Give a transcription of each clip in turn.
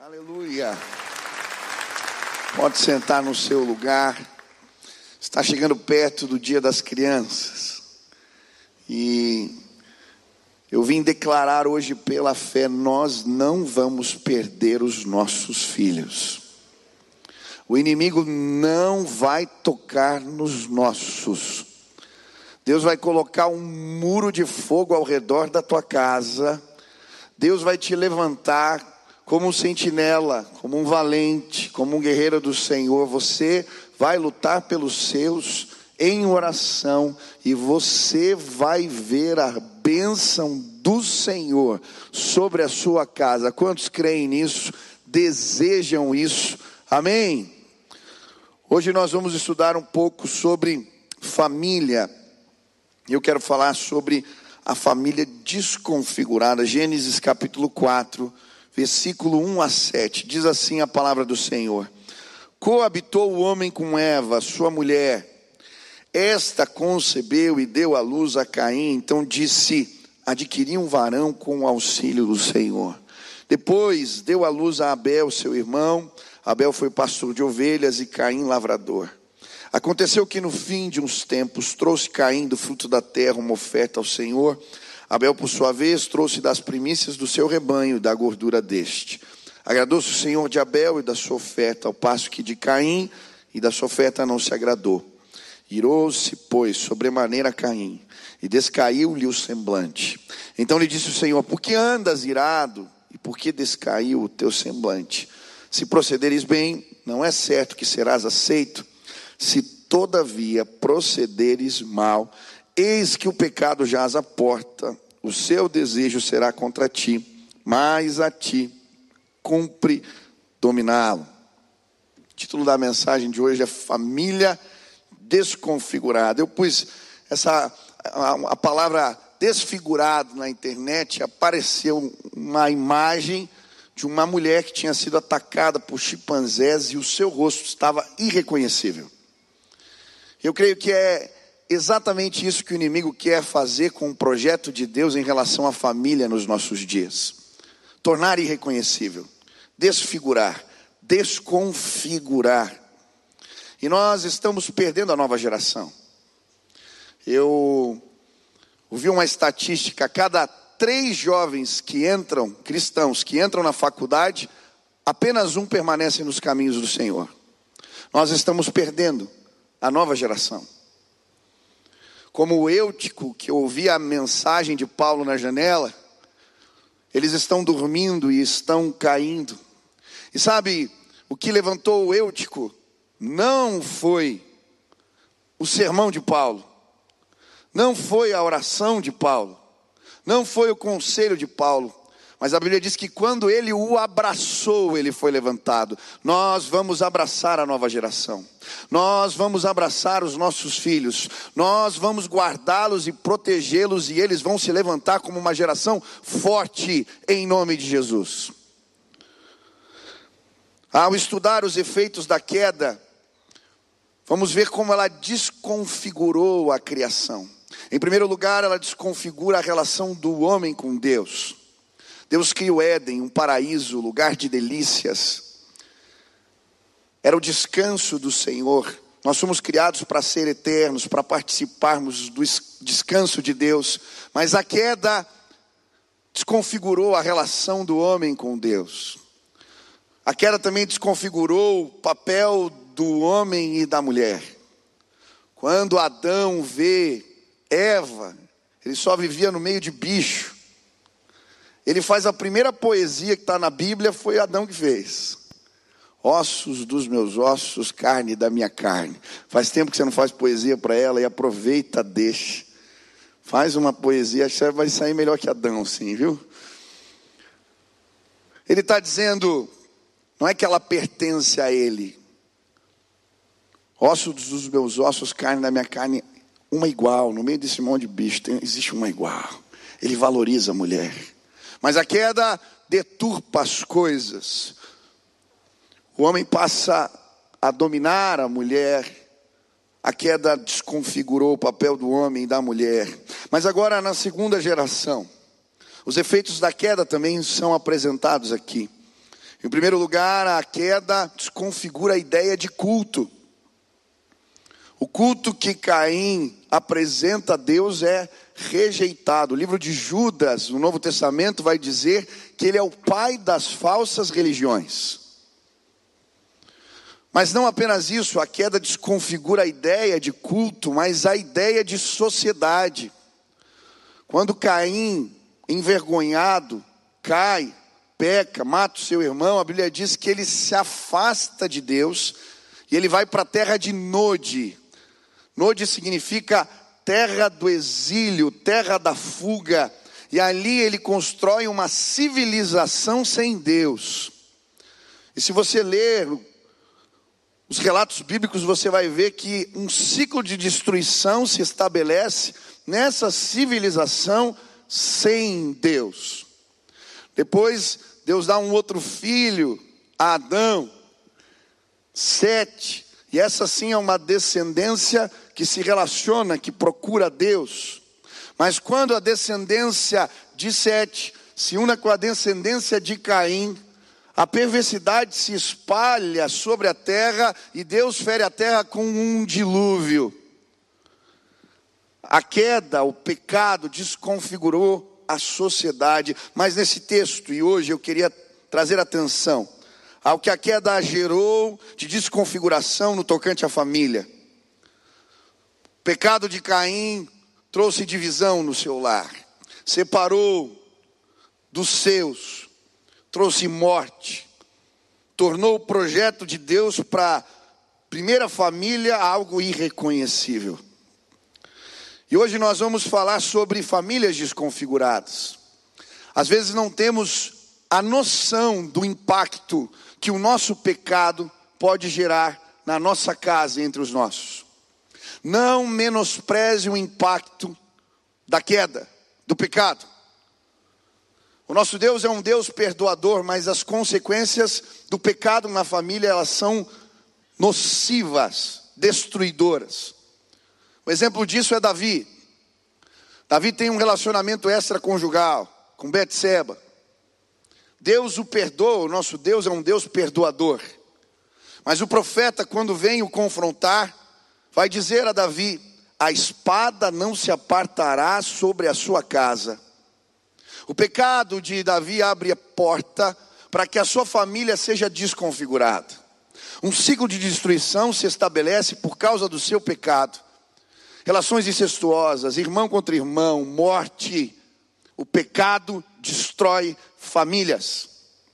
Aleluia. Pode sentar no seu lugar. Está chegando perto do Dia das Crianças. E eu vim declarar hoje pela fé, nós não vamos perder os nossos filhos. O inimigo não vai tocar nos nossos. Deus vai colocar um muro de fogo ao redor da tua casa. Deus vai te levantar como um sentinela, como um valente, como um guerreiro do Senhor. Você vai lutar pelos seus em oração e você vai ver a bênção do Senhor sobre a sua casa. Quantos creem nisso? Desejam isso? Amém? Hoje nós vamos estudar um pouco sobre família. Eu quero falar sobre a família desconfigurada. Gênesis capítulo 4, versículo 1 a 7. Diz assim a palavra do Senhor: Coabitou o homem com Eva, sua mulher. Esta concebeu e deu à luz a Caim. Então disse: adquiri um varão com o auxílio do Senhor. Depois deu à luz a Abel, seu irmão. Abel foi pastor de ovelhas e Caim lavrador. Aconteceu que no fim de uns tempos trouxe Caim do fruto da terra uma oferta ao Senhor. Abel, por sua vez, trouxe das primícias do seu rebanho e da gordura deste. Agradou-se o Senhor de Abel e da sua oferta, ao passo que de Caim e da sua oferta não se agradou. Irou-se, pois, sobremaneira Caim, e descaiu-lhe o semblante. Então lhe disse o Senhor: por que andas irado, e por que descaiu o teu semblante? Se procederes bem, não é certo que serás aceito. Se todavia procederes mal, eis que o pecado jaz à porta, o seu desejo será contra ti, mas a ti cumpre dominá-lo. O título da mensagem de hoje é Família Desconfigurada. Eu pus a palavra desfigurado na internet. Apareceu uma imagem de uma mulher que tinha sido atacada por chimpanzés e o seu rosto estava irreconhecível. Eu creio que é exatamente isso que o inimigo quer fazer com o projeto de Deus em relação à família nos nossos dias. Tornar irreconhecível, desfigurar, desconfigurar. E nós estamos perdendo a nova geração. Eu ouvi uma estatística: a cada 3 jovens que entram, cristãos, que entram na faculdade, apenas um permanece nos caminhos do Senhor. Nós estamos perdendo a nova geração. Como o Eutico, que ouvia a mensagem de Paulo na janela, eles estão dormindo e estão caindo. E sabe, o que levantou o Eutico não foi o sermão de Paulo, não foi a oração de Paulo, não foi o conselho de Paulo, mas a Bíblia diz que quando ele o abraçou, ele foi levantado. Nós vamos abraçar a nova geração. Nós vamos abraçar os nossos filhos. Nós vamos guardá-los e protegê-los, e eles vão se levantar como uma geração forte em nome de Jesus. Ao estudar os efeitos da queda, vamos ver como ela desconfigurou a criação. Em primeiro lugar, ela desconfigura a relação do homem com Deus. Deus cria o Éden, um paraíso, lugar de delícias. Era o descanso do Senhor. Nós somos criados para ser eternos, para participarmos do descanso de Deus. Mas a queda desconfigurou a relação do homem com Deus. A queda também desconfigurou o papel do homem e da mulher. Quando Adão vê Eva, ele só vivia no meio de bicho. Ele faz a primeira poesia que está na Bíblia, foi Adão que fez. Ossos dos meus ossos, carne da minha carne. Faz tempo que você não faz poesia para ela, e aproveita, deixa. Faz uma poesia, acho que vai sair melhor que Adão, sim, viu? Ele está dizendo, não é que ela pertence a ele. Ossos dos meus ossos, carne da minha carne, uma igual. No meio desse monte de bicho, existe uma igual. Ele valoriza a mulher. Mas a queda deturpa as coisas. O homem passa a dominar a mulher. A queda desconfigurou o papel do homem e da mulher. Mas agora, na segunda geração, os efeitos da queda também são apresentados aqui. Em primeiro lugar, a queda desconfigura a ideia de culto. O culto que Caim apresenta a Deus é rejeitado. O livro de Judas, no Novo Testamento, vai dizer que ele é o pai das falsas religiões. Mas não apenas isso, a queda desconfigura a ideia de culto, mas a ideia de sociedade. Quando Caim, envergonhado, cai, peca, mata o seu irmão, a Bíblia diz que ele se afasta de Deus e ele vai para a terra de Nod. Nod significa terra do exílio, terra da fuga. E ali ele constrói uma civilização sem Deus. E se você ler os relatos bíblicos, você vai ver que um ciclo de destruição se estabelece nessa civilização sem Deus. Depois, Deus dá um outro filho a Adão, Sete. E essa sim é uma descendência que se relaciona, que procura Deus. Mas quando a descendência de Sete se une com a descendência de Caim, a perversidade se espalha sobre a terra e Deus fere a terra com um dilúvio. A queda, o pecado desconfigurou a sociedade. Mas nesse texto, e hoje eu queria trazer atenção ao que a queda gerou de desconfiguração no tocante à família. O pecado de Caim trouxe divisão no seu lar, separou dos seus, trouxe morte, tornou o projeto de Deus para a primeira família algo irreconhecível. E hoje nós vamos falar sobre famílias desconfiguradas. Às vezes não temos a noção do impacto que o nosso pecado pode gerar na nossa casa, entre os nossos. Não menospreze o impacto da queda, do pecado. O nosso Deus é um Deus perdoador, mas as consequências do pecado na família, elas são nocivas, destruidoras. O exemplo disso é Davi. Davi tem um relacionamento extraconjugal com Betseba. Deus o perdoa, o nosso Deus é um Deus perdoador. Mas o profeta, quando vem o confrontar, vai dizer a Davi: a espada não se apartará sobre a sua casa. O pecado de Davi abre a porta para que a sua família seja desconfigurada. Um ciclo de destruição se estabelece por causa do seu pecado. Relações incestuosas, irmão contra irmão, morte. O pecado destrói famílias.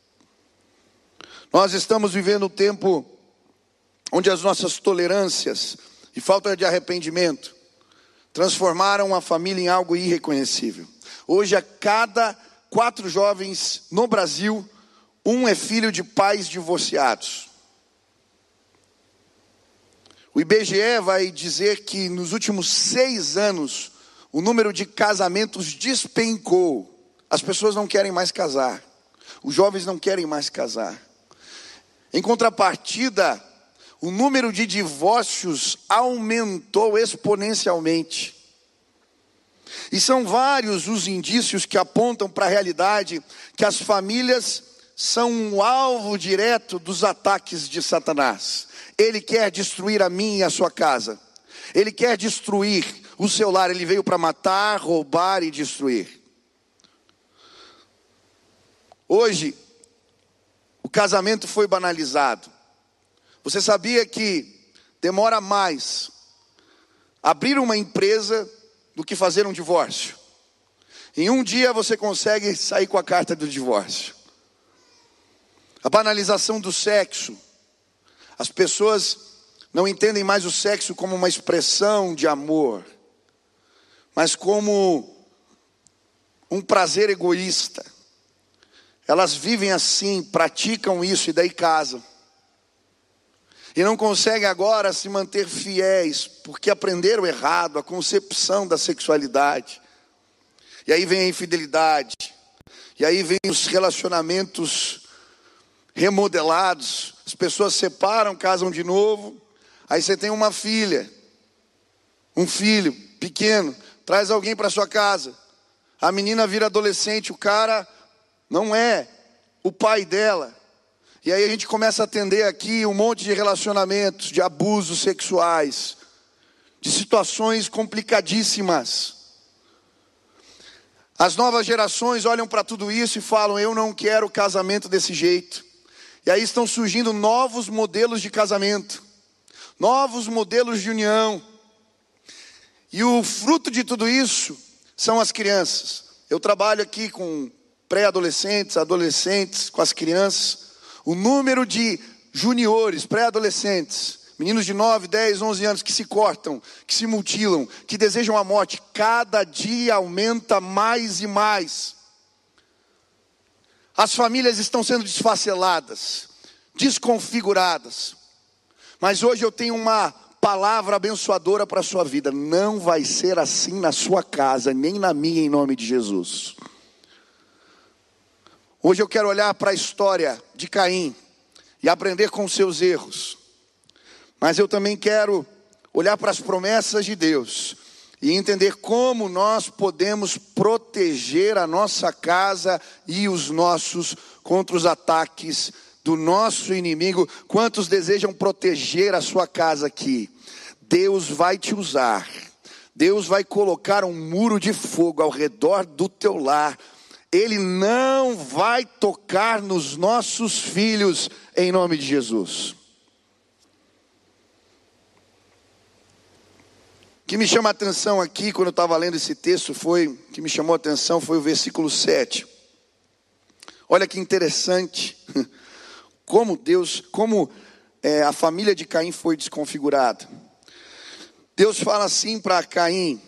Nós estamos vivendo um tempo onde as nossas tolerâncias e falta de arrependimento transformaram a família em algo irreconhecível. Hoje, a cada 4 jovens no Brasil, um é filho de pais divorciados. O IBGE vai dizer que nos últimos 6 anos, o número de casamentos despencou. As pessoas não querem mais casar. Os jovens não querem mais casar. Em contrapartida, o número de divórcios aumentou exponencialmente. E são vários os indícios que apontam para a realidade que as famílias são um alvo direto dos ataques de Satanás. Ele quer destruir a mim e a sua casa. Ele quer destruir o seu lar. Ele veio para matar, roubar e destruir. Hoje, o casamento foi banalizado. Você sabia que demora mais abrir uma empresa do que fazer um divórcio? Em um dia você consegue sair com a carta do divórcio. A banalização do sexo. As pessoas não entendem mais o sexo como uma expressão de amor, mas como um prazer egoísta. Elas vivem assim, praticam isso e daí casam. E não conseguem agora se manter fiéis, porque aprenderam errado a concepção da sexualidade. E aí vem a infidelidade. E aí vem os relacionamentos remodelados. As pessoas separam, casam de novo. Aí você tem uma filha, um filho pequeno, traz alguém para sua casa. A menina vira adolescente, o cara não é o pai dela. E aí a gente começa a atender aqui um monte de relacionamentos, de abusos sexuais, de situações complicadíssimas. As novas gerações olham para tudo isso e falam: eu não quero casamento desse jeito. E aí estão surgindo novos modelos de casamento, novos modelos de união. E o fruto de tudo isso são as crianças. Eu trabalho aqui com pré-adolescentes, adolescentes, com as crianças. O número de juniores, pré-adolescentes, meninos de 9, 10, 11 anos que se cortam, que se mutilam, que desejam a morte, cada dia aumenta mais e mais. As famílias estão sendo desfaceladas, desconfiguradas. Mas hoje eu tenho uma palavra abençoadora para a sua vida. Não vai ser assim na sua casa, nem na minha, em nome de Jesus. Hoje eu quero olhar para a história de Caim e aprender com seus erros. Mas eu também quero olhar para as promessas de Deus e entender como nós podemos proteger a nossa casa e os nossos contra os ataques do nosso inimigo. Quantos desejam proteger a sua casa aqui? Deus vai te usar. Deus vai colocar um muro de fogo ao redor do teu lar. Ele não vai tocar nos nossos filhos, em nome de Jesus. O que me chama a atenção aqui, quando eu estava lendo esse texto, o que me chamou a atenção foi o versículo 7. Olha que interessante, como a família de Caim foi desconfigurada. Deus fala assim para Caim.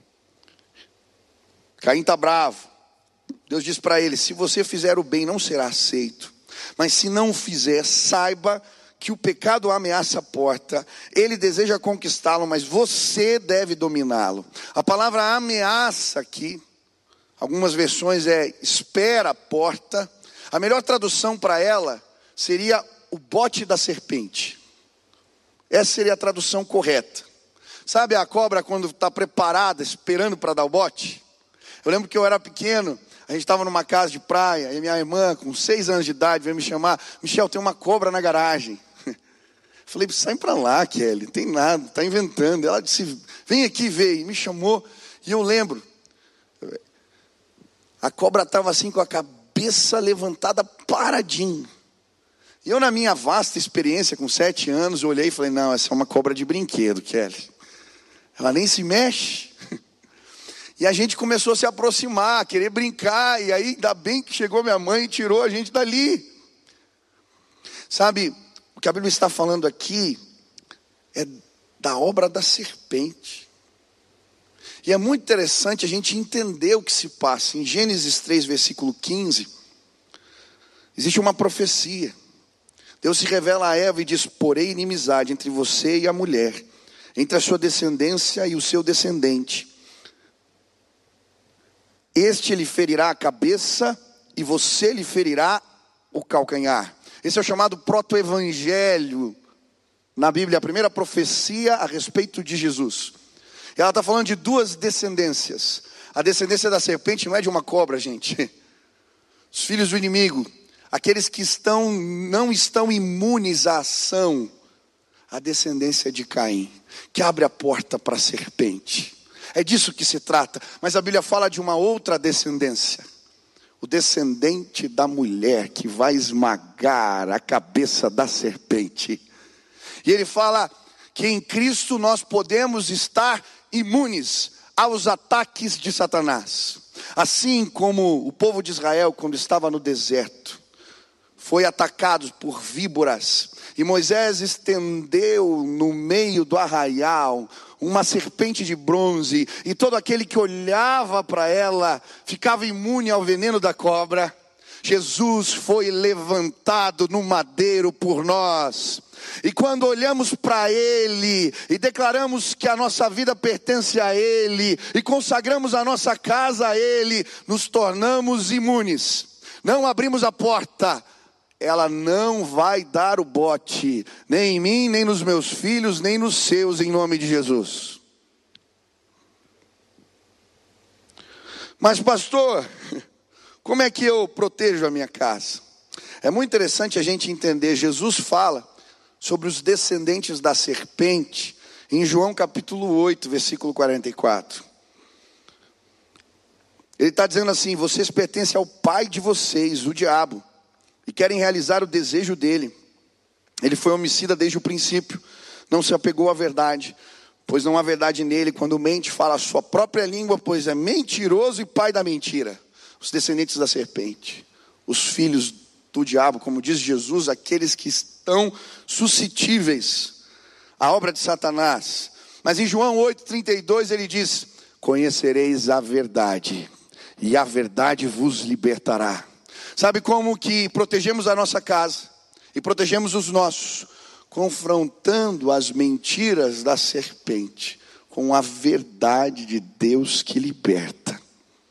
Caim está bravo. Deus diz para ele: se você fizer o bem, não será aceito. Mas se não o fizer, saiba que o pecado ameaça a porta. Ele deseja conquistá-lo, mas você deve dominá-lo. A palavra ameaça aqui, algumas versões espera a porta. A melhor tradução para ela seria o bote da serpente. Essa seria a tradução correta. Sabe a cobra quando está preparada, esperando para dar o bote? Eu lembro que eu era pequeno. A gente estava numa casa de praia, e minha irmã, com 6 anos de idade, veio me chamar: Michel, tem uma cobra na garagem. Falei: sai para lá, Kelly, não tem nada, está inventando. Ela disse: vem aqui ver, e me chamou. E eu lembro, a cobra estava assim com a cabeça levantada, paradinho. E eu, na minha vasta experiência, com 7 anos, eu olhei e falei: não, essa é uma cobra de brinquedo, Kelly. Ela nem se mexe. E a gente começou a se aproximar, a querer brincar. E aí, ainda bem que chegou minha mãe e tirou a gente dali. Sabe, o que a Bíblia está falando aqui é da obra da serpente. E é muito interessante a gente entender o que se passa. Em Gênesis 3, versículo 15, existe uma profecia. Deus se revela a Eva e diz: porém inimizade entre você e a mulher, entre a sua descendência e o seu descendente. Este lhe ferirá a cabeça e você lhe ferirá o calcanhar. Esse é o chamado proto-evangelho na Bíblia, a primeira profecia a respeito de Jesus. E ela está falando de 2 descendências. A descendência da serpente não é de uma cobra, gente. Os filhos do inimigo, aqueles que não estão imunes à ação. A descendência de Caim, que abre a porta para a serpente. É disso que se trata. Mas a Bíblia fala de uma outra descendência. O descendente da mulher que vai esmagar a cabeça da serpente. E ele fala que em Cristo nós podemos estar imunes aos ataques de Satanás. Assim como o povo de Israel, quando estava no deserto, foi atacado por víboras. E Moisés estendeu no meio do arraial uma serpente de bronze, e todo aquele que olhava para ela ficava imune ao veneno da cobra. Jesus foi levantado no madeiro por nós. E quando olhamos para Ele e declaramos que a nossa vida pertence a Ele e consagramos a nossa casa a Ele, nos tornamos imunes. Não abrimos a porta. Ela não vai dar o bote, nem em mim, nem nos meus filhos, nem nos seus, em nome de Jesus. Mas pastor, como é que eu protejo a minha casa? É muito interessante a gente entender, Jesus fala sobre os descendentes da serpente, em João capítulo 8, versículo 44. Ele está dizendo assim: vocês pertencem ao pai de vocês, o diabo, e querem realizar o desejo dele. Ele foi homicida desde o princípio, não se apegou à verdade, pois não há verdade nele. Quando mente, fala a sua própria língua, pois é mentiroso e pai da mentira. Os descendentes da serpente, os filhos do diabo, como diz Jesus, aqueles que estão suscetíveis à obra de Satanás. Mas em João 8,32 ele diz: conhecereis a verdade, e a verdade vos libertará. Sabe como que protegemos a nossa casa e protegemos os nossos? Confrontando as mentiras da serpente com a verdade de Deus que liberta.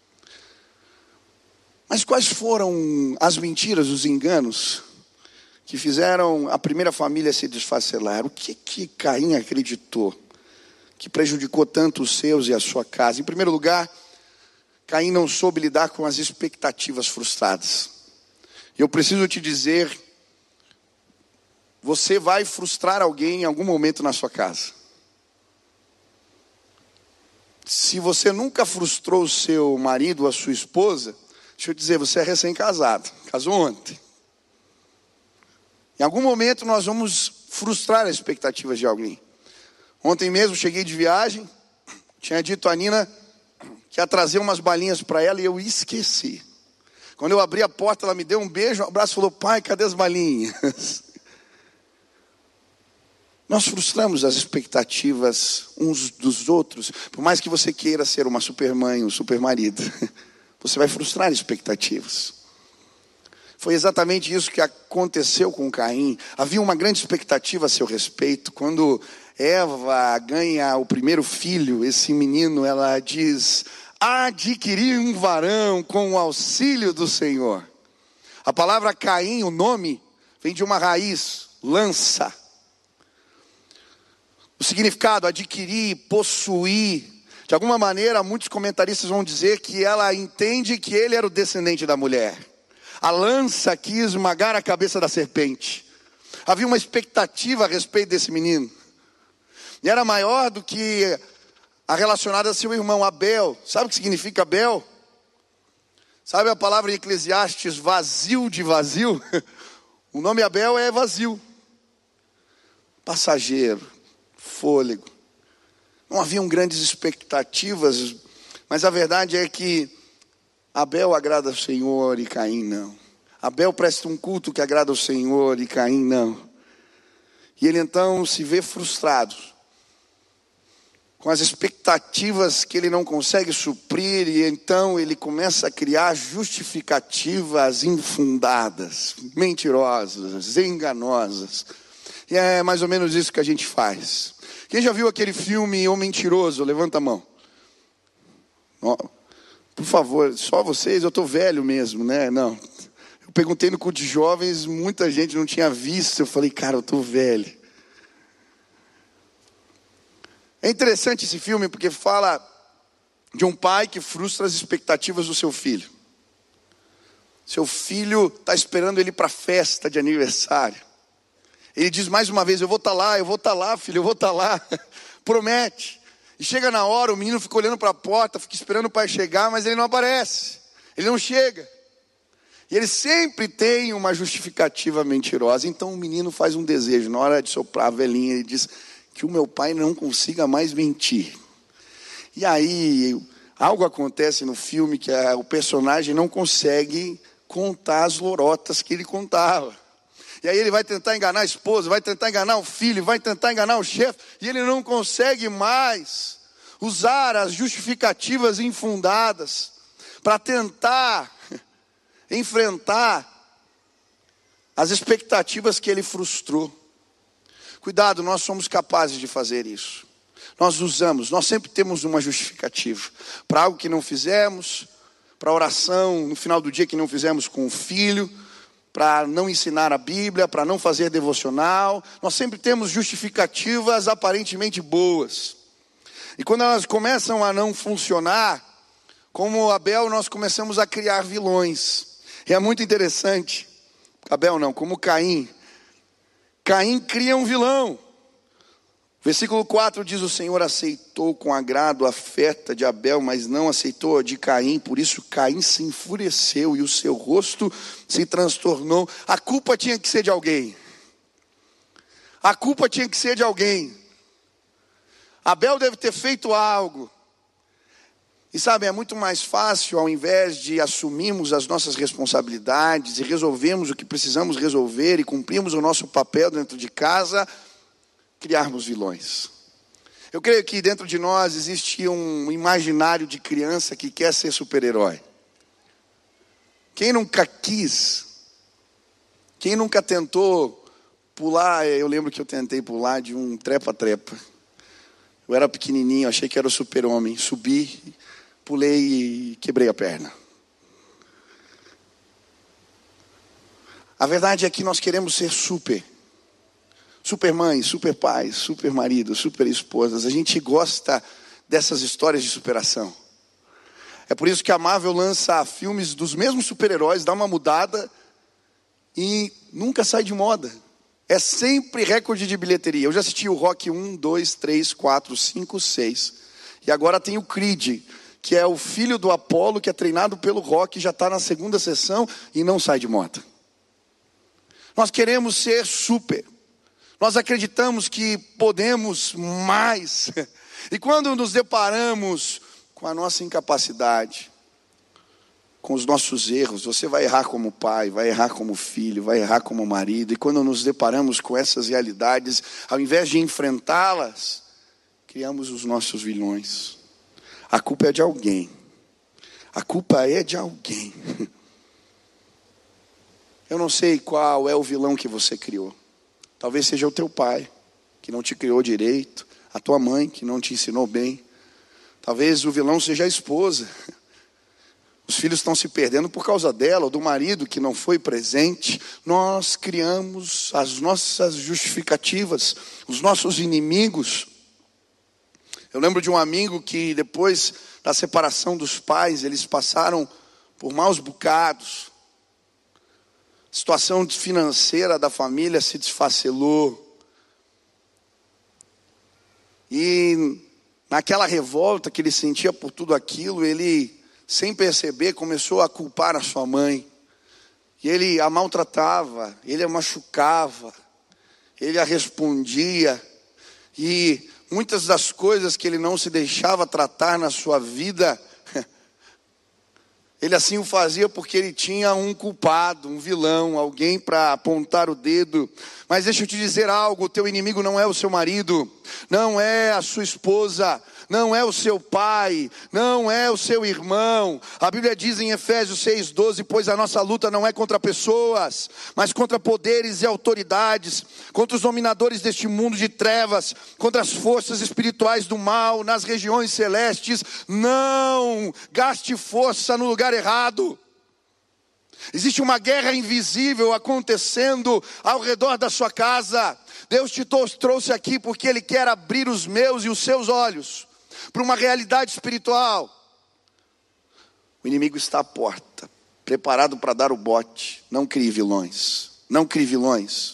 Mas quais foram as mentiras, os enganos que fizeram a primeira família se desfacelar? O que Caim acreditou que prejudicou tanto os seus e a sua casa? Em primeiro lugar, Caim não soube lidar com as expectativas frustradas. E eu preciso te dizer, você vai frustrar alguém em algum momento na sua casa. Se você nunca frustrou o seu marido ou a sua esposa, deixa eu dizer, você é recém-casado, casou ontem. Em algum momento nós vamos frustrar as expectativas de alguém. Ontem mesmo cheguei de viagem, tinha dito a Nina que ia trazer umas balinhas para ela e eu esqueci. Quando eu abri a porta, ela me deu um beijo, um abraço e falou: pai, cadê as balinhas? Nós frustramos as expectativas uns dos outros. Por mais que você queira ser uma supermãe, um supermarido, você vai frustrar expectativas. Foi exatamente isso que aconteceu com Caim. Havia uma grande expectativa a seu respeito. Quando Eva ganha o primeiro filho, esse menino, ela diz: adquiri um varão com o auxílio do Senhor. A palavra Caim, o nome, vem de uma raiz, lança. O significado, adquirir, possuir. De alguma maneira, muitos comentaristas vão dizer que ela entende que ele era o descendente da mulher. A lança quis esmagar a cabeça da serpente. Havia uma expectativa a respeito desse menino. E era maior do que a relacionada a seu irmão Abel. Sabe o que significa Abel? Sabe a palavra em Eclesiastes, vazio de vazio? O nome Abel é vazio. Passageiro, fôlego. Não haviam grandes expectativas, mas a verdade é que Abel agrada ao Senhor e Caim não. Abel presta um culto que agrada ao Senhor e Caim não. E ele então se vê frustrado com as expectativas que ele não consegue suprir, e então ele começa a criar justificativas infundadas, mentirosas, enganosas. E é mais ou menos isso que a gente faz. Quem já viu aquele filme O Mentiroso? Levanta a mão. Por favor, só vocês, eu estou velho mesmo, né? Não. Eu perguntei no culto de jovens, muita gente não tinha visto. Eu falei, cara, eu estou velho. É interessante esse filme porque fala de um pai que frustra as expectativas do seu filho. Seu filho está esperando ele para a festa de aniversário. Ele diz mais uma vez: eu vou estar lá, filho, eu vou estar lá. Promete. E chega na hora, o menino fica olhando para a porta, fica esperando o pai chegar, mas ele não aparece. Ele não chega. E ele sempre tem uma justificativa mentirosa. Então o menino faz um desejo. Na hora de soprar a velhinha, ele diz: que o meu pai não consiga mais mentir. E aí, algo acontece no filme que o personagem não consegue contar as lorotas que ele contava. E aí ele vai tentar enganar a esposa, vai tentar enganar o filho, vai tentar enganar o chefe, e ele não consegue mais usar as justificativas infundadas para tentar enfrentar as expectativas que ele frustrou. Cuidado, nós somos capazes de fazer isso. Nós sempre temos uma justificativa para algo que não fizemos, para a oração no final do dia que não fizemos com o filho, para não ensinar a Bíblia, para não fazer devocional. Nós sempre temos justificativas aparentemente boas. E quando elas começam a não funcionar, como Abel, nós começamos a criar vilões. E é muito interessante, Abel não, como Caim. Caim cria um vilão. Versículo 4 diz: o Senhor aceitou com agrado a oferta de Abel, mas não aceitou a de Caim. Por isso Caim se enfureceu e o seu rosto se transtornou. A culpa tinha que ser de alguém. A culpa tinha que ser de alguém. Abel deve ter feito algo. E sabe, é muito mais fácil, ao invés de assumirmos as nossas responsabilidades e resolvermos o que precisamos resolver e cumprirmos o nosso papel dentro de casa, criarmos vilões. Eu creio que dentro de nós existe um imaginário de criança que quer ser super-herói. Quem nunca quis? Quem nunca tentou pular? Eu lembro que eu tentei pular de um trepa-trepa. Eu era pequenininho, achei que era o super-homem. Subi, pulei e quebrei a perna. A verdade é que nós queremos ser super mães, super pais, super maridos, super esposas. A gente gosta dessas histórias de superação. É por isso que a Marvel lança filmes dos mesmos super-heróis, dá uma mudada e nunca sai de moda. É sempre recorde de bilheteria. Eu já assisti o Rock 1, 2, 3, 4, 5, 6. E agora tem o Creed, que é o filho do Apollo, que é treinado pelo Rock, já está na segunda sessão e não sai de moda. Nós queremos ser super. Nós acreditamos que podemos mais. E quando nos deparamos com a nossa incapacidade, com os nossos erros, você vai errar como pai, vai errar como filho, vai errar como marido. E quando nos deparamos com essas realidades, ao invés de enfrentá-las, criamos os nossos vilões. A culpa é de alguém. A culpa é de alguém. Eu não sei qual é o vilão que você criou. Talvez seja o teu pai, que não te criou direito, a tua mãe, que não te ensinou bem. Talvez o vilão seja a esposa. Os filhos estão se perdendo por causa dela, ou do marido que não foi presente. Nós criamos as nossas justificativas, os nossos inimigos. Eu lembro de um amigo que depois da separação dos pais, eles passaram por maus bocados. A situação financeira da família se desfacelou. E naquela revolta que ele sentia por tudo aquilo, ele, sem perceber, começou a culpar a sua mãe. E ele a maltratava, ele a machucava, ele a respondia. E muitas das coisas que ele não se deixava tratar na sua vida, ele assim o fazia porque ele tinha um culpado, um vilão, alguém para apontar o dedo. Mas deixa eu te dizer algo, o teu inimigo não é o seu marido, não é a sua esposa, não é o seu pai, não é o seu irmão. A Bíblia diz em Efésios 6:12, pois a nossa luta não é contra pessoas, mas contra poderes e autoridades, contra os dominadores deste mundo de trevas, contra as forças espirituais do mal nas regiões celestes. Não gaste força no lugar errado. Existe uma guerra invisível acontecendo ao redor da sua casa. Deus te trouxe aqui porque Ele quer abrir os meus e os seus olhos para uma realidade espiritual. O inimigo está à porta, preparado para dar o bote. Não crie vilões, não crie vilões.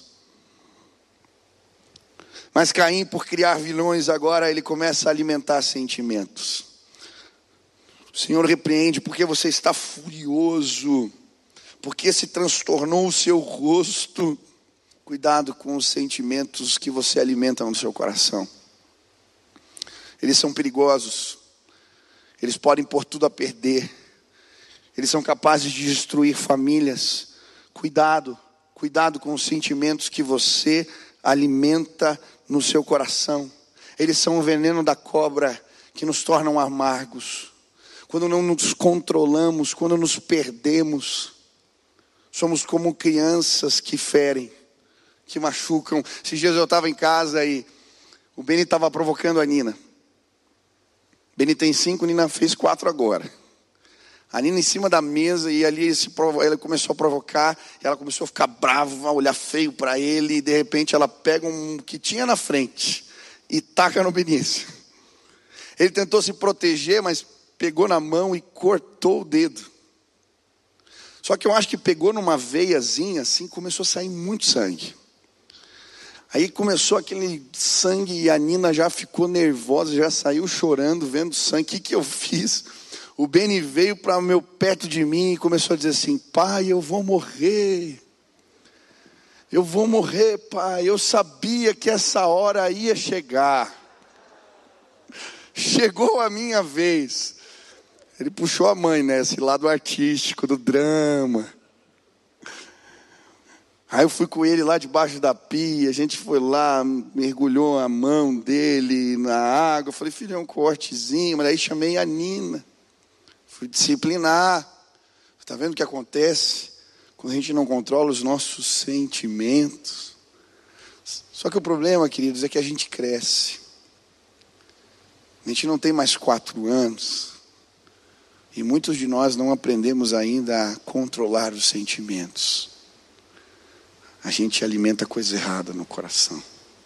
Mas Caim, por criar vilões, agora ele começa a alimentar sentimentos. O Senhor repreende, porque você está furioso, porque se transtornou o seu rosto. Cuidado com os sentimentos que você alimenta no seu coração. Eles são perigosos. Eles podem pôr tudo a perder. Eles são capazes de destruir famílias. Cuidado com os sentimentos que você alimenta no seu coração. Eles são o veneno da cobra que nos tornam amargos. Quando não nos controlamos, quando nos perdemos, somos como crianças que ferem, que machucam. Esses dias eu estava em casa e o Beni estava provocando a Nina. Beni tem 5, Nina fez 4 agora. A Nina em cima da mesa e ali ela começou a provocar. E ela começou a ficar brava, a olhar feio para ele. E de repente ela pega um que tinha na frente e taca no Benício. Ele tentou se proteger, mas pegou na mão e cortou o dedo. Só que eu acho que pegou numa veiazinha assim, começou a sair muito sangue. Aí começou aquele sangue e a Nina já ficou nervosa, já saiu chorando, vendo sangue. O que eu fiz? O Beni veio para perto de mim e começou a dizer assim: pai, eu vou morrer. Eu vou morrer, pai. Eu sabia que essa hora ia chegar. Chegou a minha vez. Ele puxou a mãe, né? Esse lado artístico do drama. Aí eu fui com ele lá debaixo da pia, a gente foi lá, mergulhou a mão dele na água. Eu falei: filho, é um cortezinho. Mas aí chamei a Nina. Fui disciplinar. Está vendo o que acontece quando a gente não controla os nossos sentimentos? Só que o problema, queridos, é que a gente cresce. A gente não tem mais 4 anos. E muitos de nós não aprendemos ainda a controlar os sentimentos. A gente alimenta coisa errada no coração.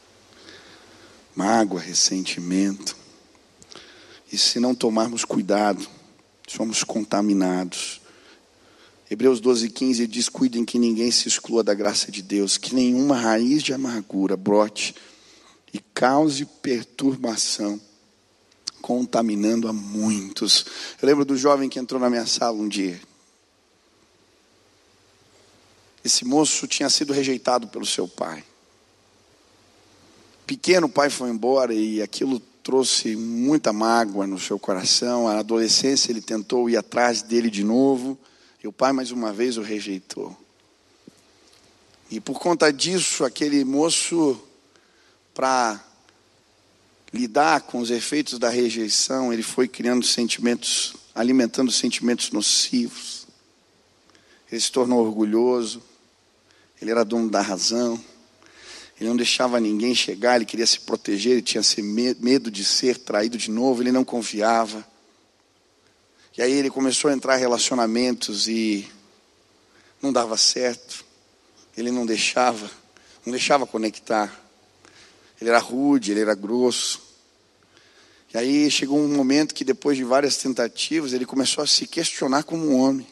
Mágoa, ressentimento. E se não tomarmos cuidado, somos contaminados. Hebreus 12:15 diz: cuidem que ninguém se exclua da graça de Deus, que nenhuma raiz de amargura brote e cause perturbação, contaminando a muitos. Eu lembro do jovem que entrou na minha sala um dia. Esse moço tinha sido rejeitado pelo seu pai. Pequeno, o pai foi embora e aquilo trouxe muita mágoa no seu coração. Na adolescência ele tentou ir atrás dele de novo e o pai mais uma vez o rejeitou. E por conta disso, aquele moço, para lidar com os efeitos da rejeição, ele foi criando sentimentos, alimentando sentimentos nocivos. Ele se tornou orgulhoso. Ele era dono da razão. Ele não deixava ninguém chegar. Ele queria se proteger. Ele tinha medo de ser traído de novo. Ele não confiava. E aí ele começou a entrar em relacionamentos e não dava certo. Ele não deixava conectar. Ele era rude, ele era grosso. E aí chegou um momento que, depois de várias tentativas, ele começou a se questionar como um homem.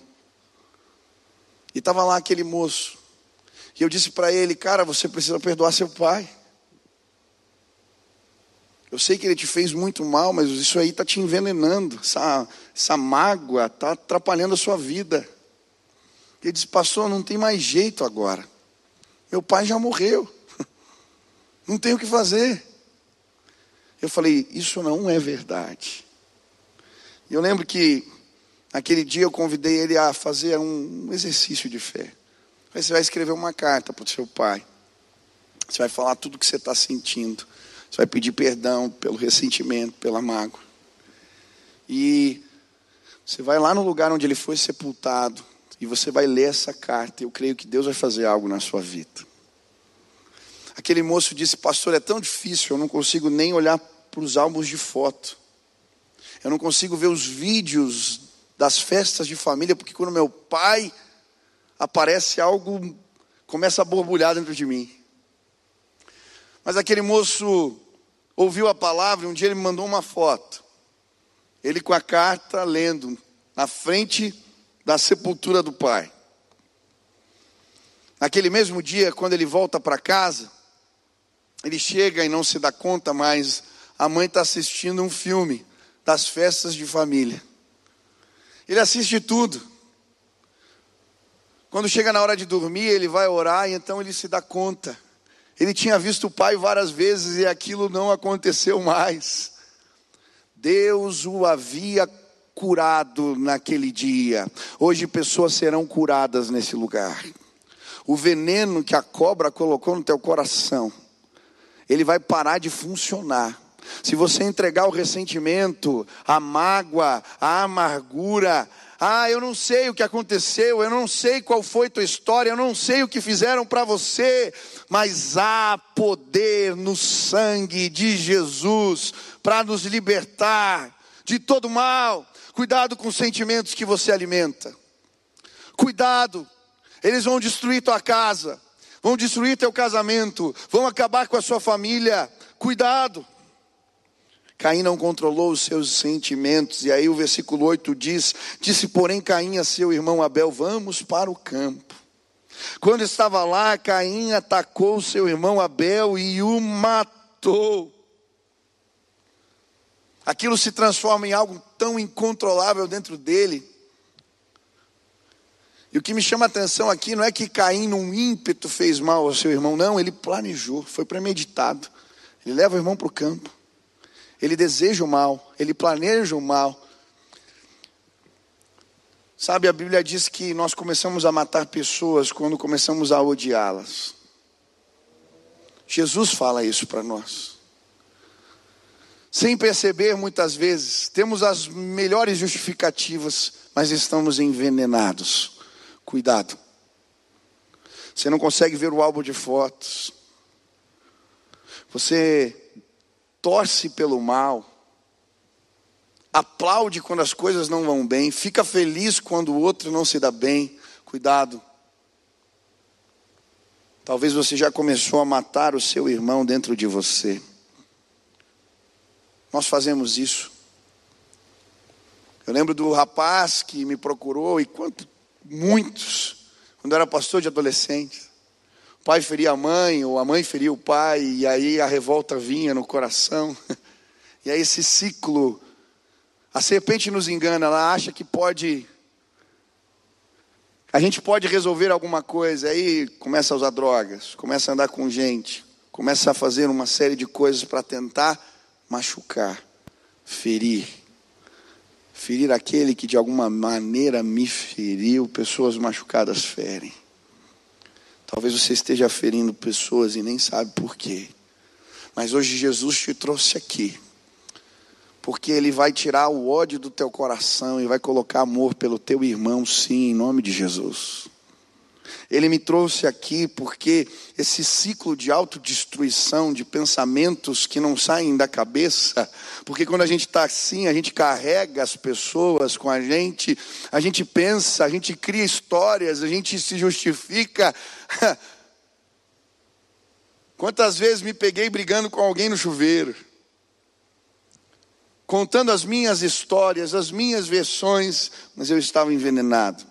E estava lá aquele moço. E eu disse para ele: cara, você precisa perdoar seu pai. Eu sei que ele te fez muito mal, mas isso aí está te envenenando. Essa mágoa está atrapalhando a sua vida. Ele disse: pastor, não tem mais jeito agora. Meu pai já morreu. Não tem o que fazer. Eu falei: isso não é verdade. E eu lembro que naquele dia eu convidei ele a fazer um exercício de fé. Aí você vai escrever uma carta para o seu pai. Você vai falar tudo o que você está sentindo. Você vai pedir perdão pelo ressentimento, pela mágoa. E você vai lá no lugar onde ele foi sepultado. E você vai ler essa carta. Eu creio que Deus vai fazer algo na sua vida. Aquele moço disse: pastor, é tão difícil, eu não consigo nem olhar para os álbuns de foto. Eu não consigo ver os vídeos das festas de família, porque quando meu pai aparece, algo começa a borbulhar dentro de mim. Mas aquele moço ouviu a palavra e um dia ele me mandou uma foto. Ele com a carta lendo, na frente da sepultura do pai. Naquele mesmo dia, quando ele volta para casa, ele chega e não se dá conta, mas a mãe está assistindo um filme das festas de família. Ele assiste tudo. Quando chega na hora de dormir, ele vai orar e então ele se dá conta. Ele tinha visto o pai várias vezes e aquilo não aconteceu mais. Deus o havia curado naquele dia. Hoje pessoas serão curadas nesse lugar. O veneno que a cobra colocou no teu coração, ele vai parar de funcionar. Se você entregar o ressentimento, a mágoa, a amargura, eu não sei o que aconteceu, eu não sei qual foi tua história, eu não sei o que fizeram para você, mas há poder no sangue de Jesus para nos libertar de todo mal. Cuidado com os sentimentos que você alimenta. Cuidado, eles vão destruir tua casa, vão destruir teu casamento, vão acabar com a sua família. Cuidado. Caim não controlou os seus sentimentos. E aí o versículo 8 diz: disse porém Caim a seu irmão Abel: vamos para o campo. Quando estava lá, Caim atacou seu irmão Abel e o matou. Aquilo se transforma em algo tão incontrolável dentro dele. E o que me chama a atenção aqui não é que Caim num ímpeto fez mal ao seu irmão. Não, ele planejou, foi premeditado. Ele leva o irmão para o campo. Ele deseja o mal, ele planeja o mal. Sabe, a Bíblia diz que nós começamos a matar pessoas quando começamos a odiá-las. Jesus fala isso para nós. Sem perceber, muitas vezes, temos as melhores justificativas, mas estamos envenenados. Cuidado. Você não consegue ver o álbum de fotos. Você torce pelo mal, aplaude quando as coisas não vão bem, fica feliz quando o outro não se dá bem. Cuidado. Talvez você já começou a matar o seu irmão dentro de você. Nós fazemos isso. Eu lembro do rapaz que me procurou, e muitos, quando eu era pastor de adolescentes. O pai feria a mãe, ou a mãe feria o pai, e aí a revolta vinha no coração. E aí esse ciclo, a serpente nos engana, ela acha que a gente pode resolver alguma coisa, aí começa a usar drogas, começa a andar com gente, começa a fazer uma série de coisas para tentar machucar, ferir aquele que de alguma maneira me feriu. Pessoas machucadas ferem. Talvez você esteja ferindo pessoas e nem sabe por quê. Mas hoje Jesus te trouxe aqui, porque Ele vai tirar o ódio do teu coração e vai colocar amor pelo teu irmão, sim, em nome de Jesus. Ele me trouxe aqui porque esse ciclo de autodestruição, de pensamentos que não saem da cabeça, porque quando a gente está assim, a gente carrega as pessoas com a gente pensa, a gente cria histórias, a gente se justifica. Quantas vezes me peguei brigando com alguém no chuveiro, contando as minhas histórias, as minhas versões, mas eu estava envenenado.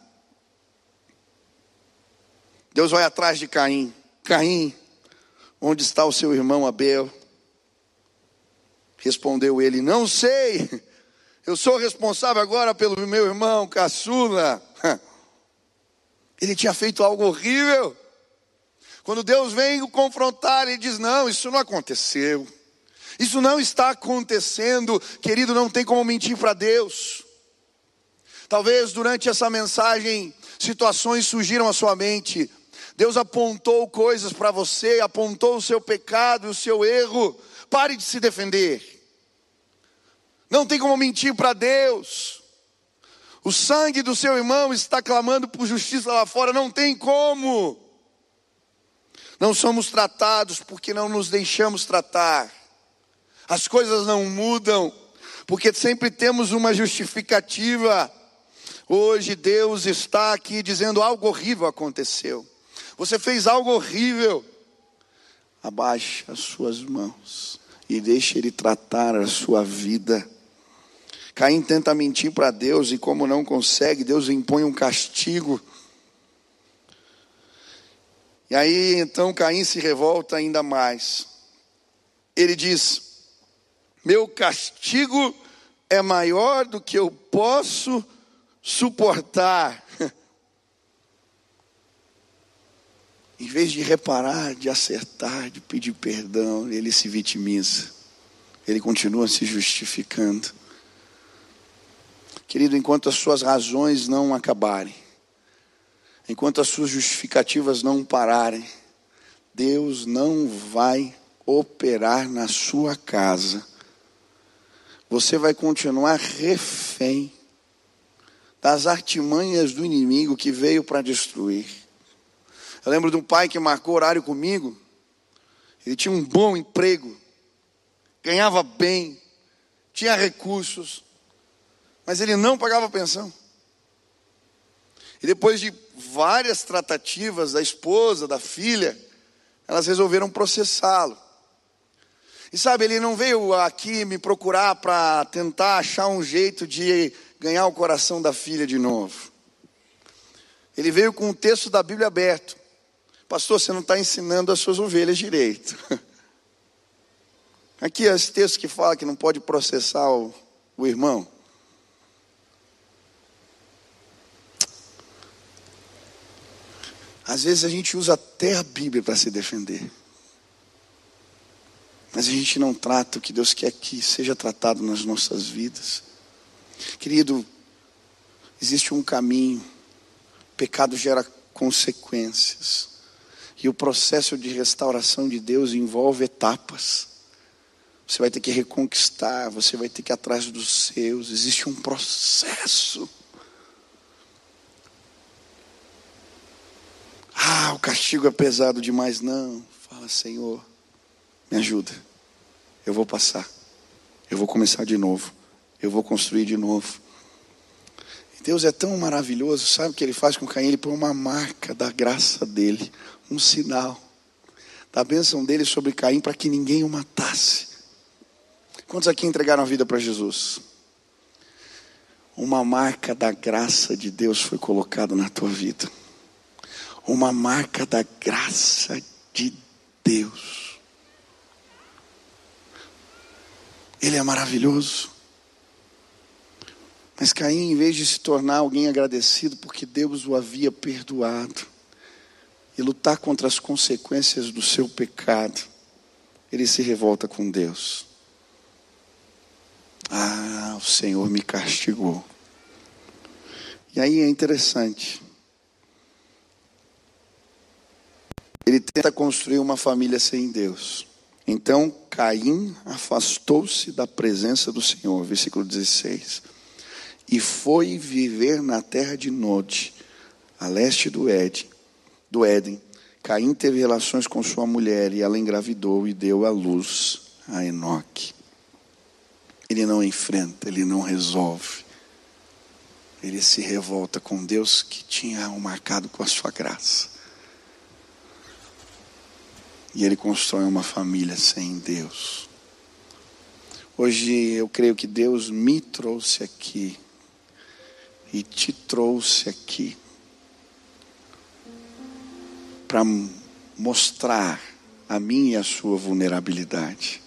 Deus vai atrás de Caim. Caim, onde está o seu irmão Abel? Respondeu ele: não sei, eu sou responsável agora pelo meu irmão caçula. Ele tinha feito algo horrível. Quando Deus vem o confrontar, ele diz: não, isso não aconteceu. Isso não está acontecendo. Querido, não tem como mentir para Deus. Talvez durante essa mensagem situações surgiram à sua mente. Deus apontou coisas para você, apontou o seu pecado e o seu erro. Pare de se defender. Não tem como mentir para Deus. O sangue do seu irmão está clamando por justiça lá fora. Não tem como. Não somos tratados porque não nos deixamos tratar. As coisas não mudam porque sempre temos uma justificativa. Hoje Deus está aqui dizendo: algo horrível aconteceu. Você fez algo horrível. Abaixe as suas mãos e deixe Ele tratar a sua vida. Caim tenta mentir para Deus e como não consegue, Deus impõe um castigo. E aí então Caim se revolta ainda mais. Ele diz: meu castigo é maior do que eu posso suportar. Em vez de reparar, de acertar, de pedir perdão, ele se vitimiza. Ele continua se justificando. Querido, enquanto as suas razões não acabarem, enquanto as suas justificativas não pararem, Deus não vai operar na sua casa. Você vai continuar refém das artimanhas do inimigo que veio para destruir. Eu lembro de um pai que marcou horário comigo. Ele tinha um bom emprego, ganhava bem, tinha recursos, mas ele não pagava pensão. E depois de várias tratativas da esposa, da filha, elas resolveram processá-lo. E sabe, ele não veio aqui me procurar para tentar achar um jeito de ganhar o coração da filha de novo. Ele veio com o texto da Bíblia aberto. Pastor, você não está ensinando as suas ovelhas direito. Aqui é esse texto que fala que não pode processar o irmão. Às vezes a gente usa até a Bíblia para se defender. Mas a gente não trata o que Deus quer que seja tratado nas nossas vidas. Querido, existe um caminho. Pecado gera consequências. E o processo de restauração de Deus envolve etapas. Você vai ter que reconquistar, você vai ter que ir atrás dos seus. Existe um processo. O castigo é pesado demais. Não, fala, Senhor, me ajuda. Eu vou passar. Eu vou começar de novo. Eu vou construir de novo. E Deus é tão maravilhoso. Sabe o que Ele faz com Caim? Ele põe uma marca da graça dEle. Um sinal da bênção dEle sobre Caim para que ninguém o matasse. Quantos aqui entregaram a vida para Jesus? Uma marca da graça de Deus foi colocada na tua vida. Uma marca da graça de Deus. Ele é maravilhoso. Mas Caim, em vez de se tornar alguém agradecido porque Deus o havia perdoado e lutar contra as consequências do seu pecado, ele se revolta com Deus. O Senhor me castigou. E aí é interessante. Ele tenta construir uma família sem Deus. Então Caim afastou-se da presença do Senhor, versículo 16. E foi viver na terra de Nod, a leste do Éden. Caim teve relações com sua mulher e ela engravidou e deu à luz a Enoque. Ele não enfrenta, ele não resolve. Ele se revolta com Deus que tinha o marcado com a sua graça. E ele constrói uma família sem Deus. Hoje eu creio que Deus me trouxe aqui e te trouxe aqui para mostrar a minha e a sua vulnerabilidade.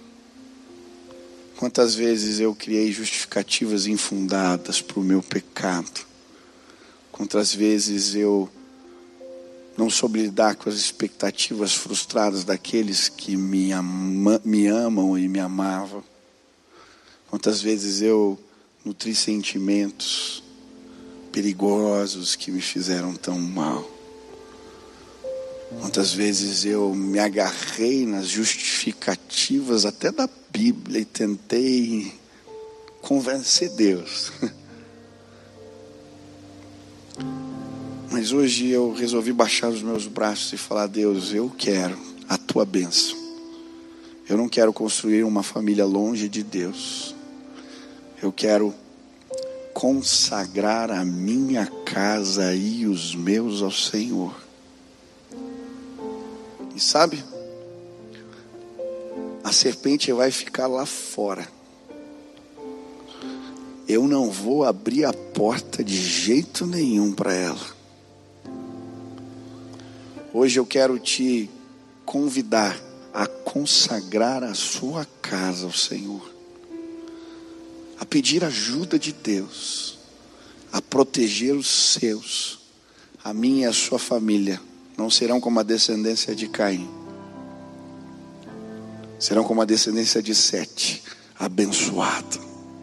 Quantas vezes eu criei justificativas infundadas para o meu pecado. Quantas vezes eu não soube lidar com as expectativas frustradas daqueles que me amam e me amavam. Quantas vezes eu nutri sentimentos perigosos que me fizeram tão mal. Quantas vezes eu me agarrei nas justificativas até da Bíblia e tentei convencer Deus. Mas hoje eu resolvi baixar os meus braços e falar: Deus, eu quero a tua bênção. Eu não quero construir uma família longe de Deus. Eu quero consagrar a minha casa e os meus ao Senhor. E sabe, a serpente vai ficar lá fora. Eu não vou abrir a porta de jeito nenhum para ela. Hoje eu quero te convidar a consagrar a sua casa ao Senhor, a pedir ajuda de Deus, a proteger os seus. A minha e a sua família não serão como a descendência de Caim, serão como a descendência de Sete, abençoado.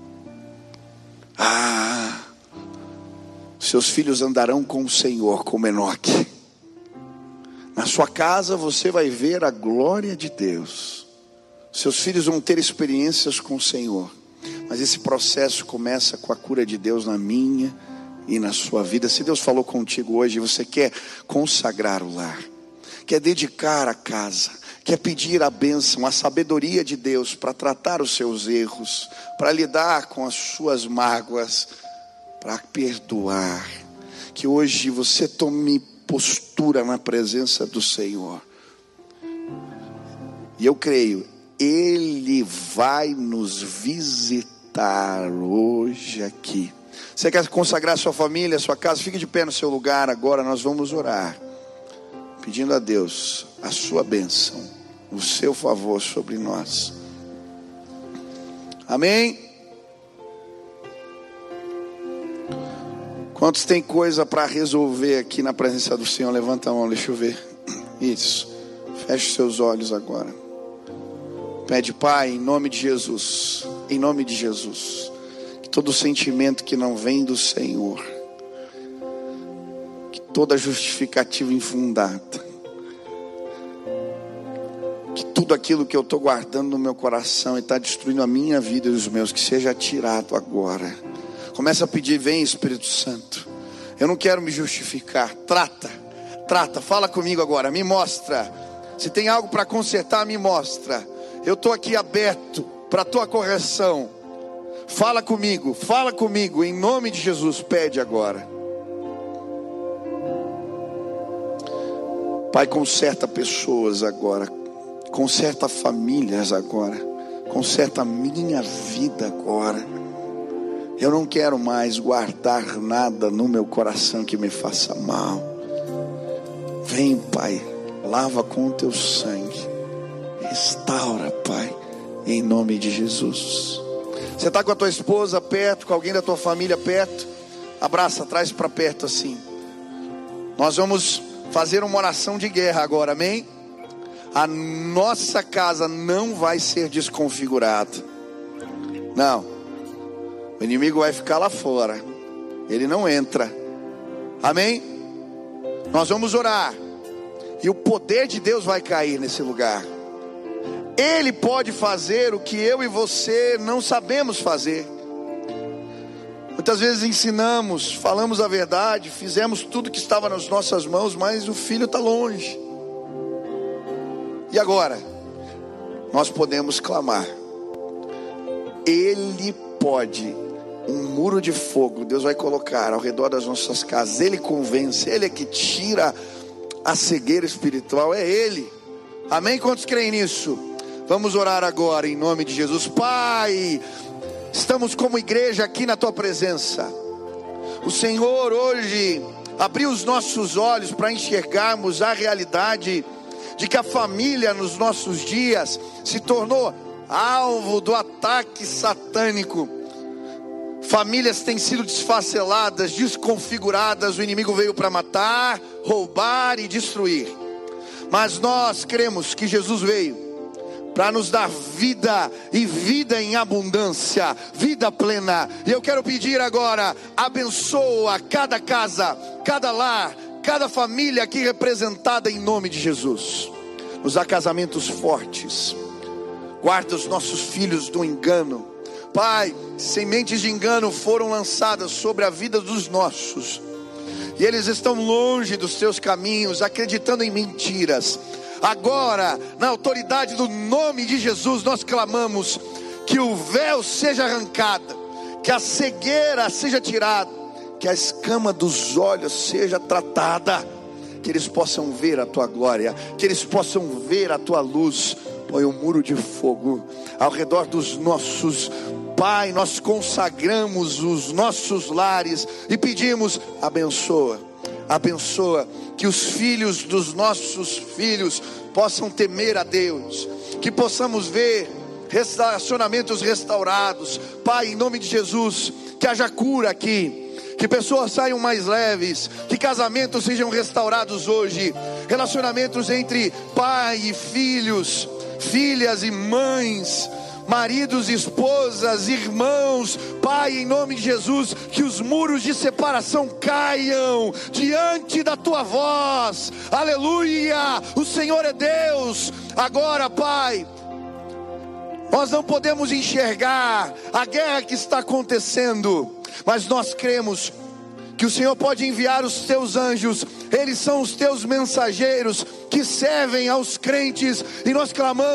Seus filhos andarão com o Senhor como Enoque. Na sua casa você vai ver a glória de Deus. Seus filhos vão ter experiências com o Senhor. Mas esse processo começa com a cura de Deus na minha e na sua vida. Se Deus falou contigo hoje, você quer consagrar o lar, quer dedicar a casa, quer pedir a bênção, a sabedoria de Deus para tratar os seus erros, para lidar com as suas mágoas, para perdoar, que hoje você tome postura na presença do Senhor. E eu creio, Ele vai nos visitar hoje aqui. Você quer consagrar sua família, sua casa? Fique de pé no seu lugar. Agora nós vamos orar, pedindo a Deus a sua bênção, o seu favor sobre nós. Amém? Quantos tem coisa para resolver aqui na presença do Senhor? Levanta a mão, deixa eu ver. Isso. Feche os seus olhos agora. Pede, Pai, em nome de Jesus, em nome de Jesus, que todo sentimento que não vem do Senhor, que toda justificativa infundada, que tudo aquilo que eu estou guardando no meu coração e está destruindo a minha vida e os meus, que seja tirado agora. Começa a pedir, vem Espírito Santo. Eu não quero me justificar. Trata, fala comigo agora, me mostra. Se tem algo para consertar, me mostra. Eu estou aqui aberto para a tua correção. Fala comigo, em nome de Jesus. Pede agora. Pai, conserta pessoas agora, conserta famílias agora, conserta a minha vida agora. Eu não quero mais guardar nada no meu coração que me faça mal. Vem, Pai, lava com o teu sangue. Restaura, Pai, em nome de Jesus. Você está com a tua esposa perto, com alguém da tua família perto? Abraça, traz para perto assim. Nós vamos fazer uma oração de guerra agora, amém? A nossa casa não vai ser desconfigurada. Não. O inimigo vai ficar lá fora. Ele não entra. Amém? Nós vamos orar. E o poder de Deus vai cair nesse lugar. Ele pode fazer o que eu e você não sabemos fazer. Muitas vezes ensinamos, falamos a verdade, fizemos tudo que estava nas nossas mãos, mas o filho está longe. E agora? Nós podemos clamar. Ele pode. Um muro de fogo Deus vai colocar ao redor das nossas casas. Ele convence, Ele é que tira a cegueira espiritual, é Ele. Amém? Quantos creem nisso? Vamos orar agora em nome de Jesus. Pai, estamos como igreja aqui na tua presença. O Senhor hoje abriu os nossos olhos para enxergarmos a realidade de que a família nos nossos dias se tornou alvo do ataque satânico. Famílias têm sido desfaceladas, desconfiguradas. O inimigo veio para matar, roubar e destruir. Mas nós cremos que Jesus veio para nos dar vida, e vida em abundância, vida plena. E eu quero pedir agora, abençoa cada casa, cada lar, cada família aqui representada em nome de Jesus. Nos dá casamentos fortes, guarda os nossos filhos do engano. Pai, sementes de engano foram lançadas sobre a vida dos nossos, e eles estão longe dos teus caminhos, acreditando em mentiras. Agora, na autoridade do nome de Jesus, nós clamamos que o véu seja arrancado, que a cegueira seja tirada, que a escama dos olhos seja tratada, que eles possam ver a tua glória, que eles possam ver a tua luz. Põe um muro de fogo ao redor dos nossos. Pai, nós consagramos os nossos lares e pedimos, abençoa, que os filhos dos nossos filhos possam temer a Deus, que possamos ver relacionamentos restaurados. Pai, em nome de Jesus, que haja cura aqui, que pessoas saiam mais leves, que casamentos sejam restaurados hoje, relacionamentos entre pai e filhos, filhas e mães, maridos e esposas, irmãos. Pai, em nome de Jesus, que os muros de separação caiam diante da tua voz. Aleluia, o Senhor é Deus. Agora, Pai, nós não podemos enxergar a guerra que está acontecendo, mas nós cremos que o Senhor pode enviar os teus anjos. Eles são os teus mensageiros que servem aos crentes, e nós clamamos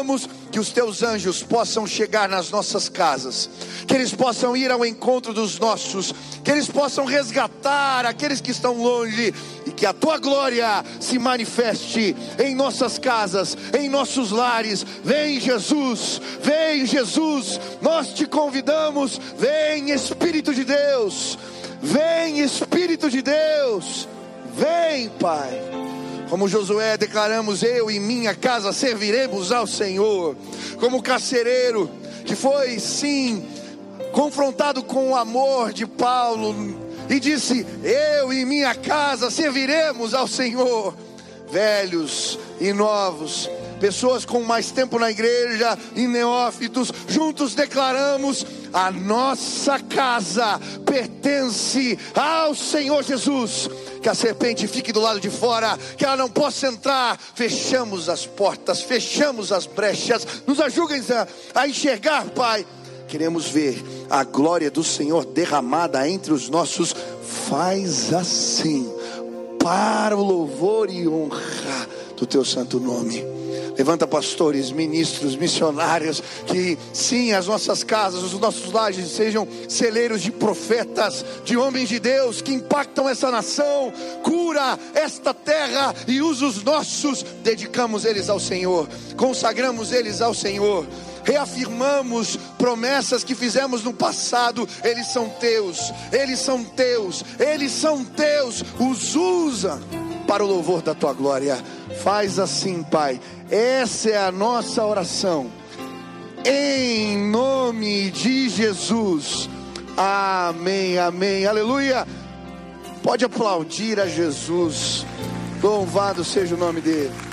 que os teus anjos possam chegar nas nossas casas, que eles possam ir ao encontro dos nossos, que eles possam resgatar aqueles que estão longe, e que a tua glória se manifeste em nossas casas, em nossos lares. Vem Jesus, nós te convidamos. Vem Espírito de Deus, vem Espírito de Deus, vem Pai. Como Josué declaramos: eu e minha casa serviremos ao Senhor. Como o carcereiro que foi sim confrontado com o amor de Paulo e disse: eu e minha casa serviremos ao Senhor. Velhos e novos, pessoas com mais tempo na igreja e neófitos, juntos declaramos: a nossa casa pertence ao Senhor Jesus. Que a serpente fique do lado de fora, que ela não possa entrar. Fechamos as portas, fechamos as brechas. Nos ajudem a enxergar, Pai. Queremos ver a glória do Senhor derramada entre os nossos. Faz assim, para o louvor e honra do teu santo nome. Levanta pastores, ministros, missionários, que sim, as nossas casas, os nossos lares sejam celeiros de profetas, de homens de Deus que impactam essa nação. Cura esta terra e usa os nossos. Dedicamos eles ao Senhor, consagramos eles ao Senhor. Reafirmamos promessas que fizemos no passado. Eles são teus, eles são teus, eles são teus. Os usa para o louvor da tua glória. Faz assim, Pai. Essa é a nossa oração, em nome de Jesus. Amém, amém, aleluia. Pode aplaudir a Jesus. Louvado seja o nome dele.